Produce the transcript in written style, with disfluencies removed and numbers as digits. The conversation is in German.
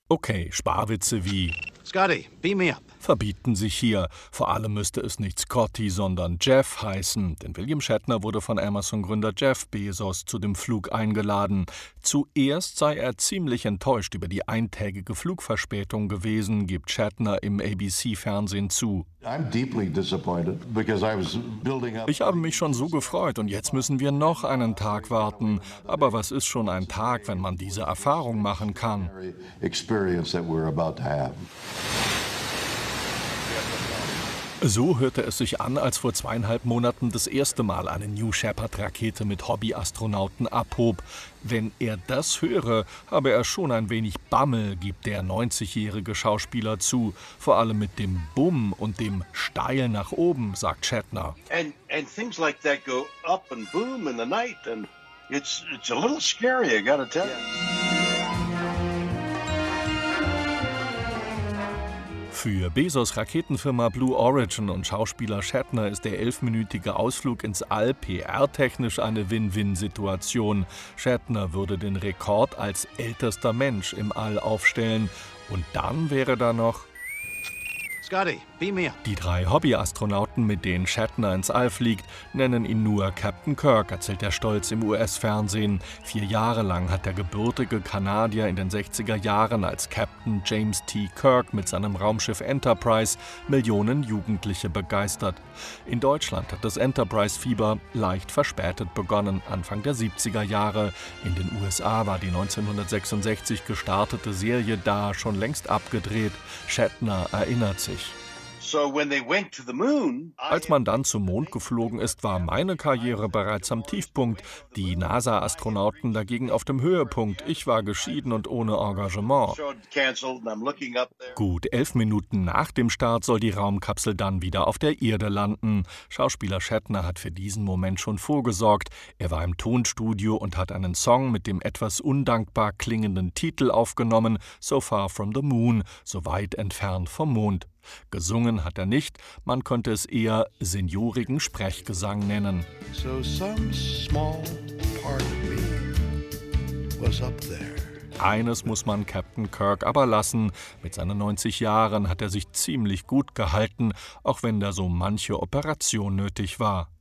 Okay, Sparwitze wie Scotty, beam me up. verbieten sich hier. Vor allem müsste es nicht Scotty, sondern Jeff heißen, denn William Shatner wurde von Amazon-Gründer Jeff Bezos zu dem Flug eingeladen. Zuerst sei er ziemlich enttäuscht über die eintägige Flugverspätung gewesen, gibt Shatner im ABC-Fernsehen zu. Ich habe mich schon so gefreut und jetzt müssen wir noch einen Tag warten. Aber was ist schon ein Tag, wenn man diese Erfahrung machen kann? So hörte es sich an, als vor 2,5 Monaten das erste Mal eine New Shepard-Rakete mit Hobbyastronauten abhob. Wenn er das höre, habe er schon ein wenig Bammel, gibt der 90-jährige Schauspieler zu. Vor allem mit dem Bumm und dem steil nach oben, sagt Shatner. And things like that go up and boom in the night and it's a little scary, I gotta tell you. Für Bezos Raketenfirma Blue Origin und Schauspieler Shatner ist der 11-minütige Ausflug ins All PR-technisch eine Win-Win-Situation. Shatner würde den Rekord als ältester Mensch im All aufstellen. Und dann wäre da noch Scotty, beam me up. die 3 Hobbyastronauten, mit denen Shatner ins All fliegt, nennen ihn nur Captain Kirk, erzählt er stolz im US-Fernsehen. 4 Jahre lang hat der gebürtige Kanadier in den 60er Jahren als Captain James T. Kirk mit seinem Raumschiff Enterprise Millionen Jugendliche begeistert. In Deutschland hat das Enterprise-Fieber leicht verspätet begonnen, Anfang der 70er Jahre. In den USA war die 1966 gestartete Serie da schon längst abgedreht. Shatner erinnert sich. Als man dann zum Mond geflogen ist, war meine Karriere bereits am Tiefpunkt, die NASA-Astronauten dagegen auf dem Höhepunkt. Ich war geschieden und ohne Engagement. Gut 11 Minuten nach dem Start soll die Raumkapsel dann wieder auf der Erde landen. Schauspieler Shatner hat für diesen Moment schon vorgesorgt. Er war im Tonstudio und hat einen Song mit dem etwas undankbar klingenden Titel aufgenommen, So Far From The Moon, so weit entfernt vom Mond. Gesungen hat er nicht, man könnte es eher seniorigen Sprechgesang nennen. So some small part of me was up there. Eines muss man Captain Kirk aber lassen. Mit seinen 90 Jahren hat er sich ziemlich gut gehalten, auch wenn da so manche Operation nötig war.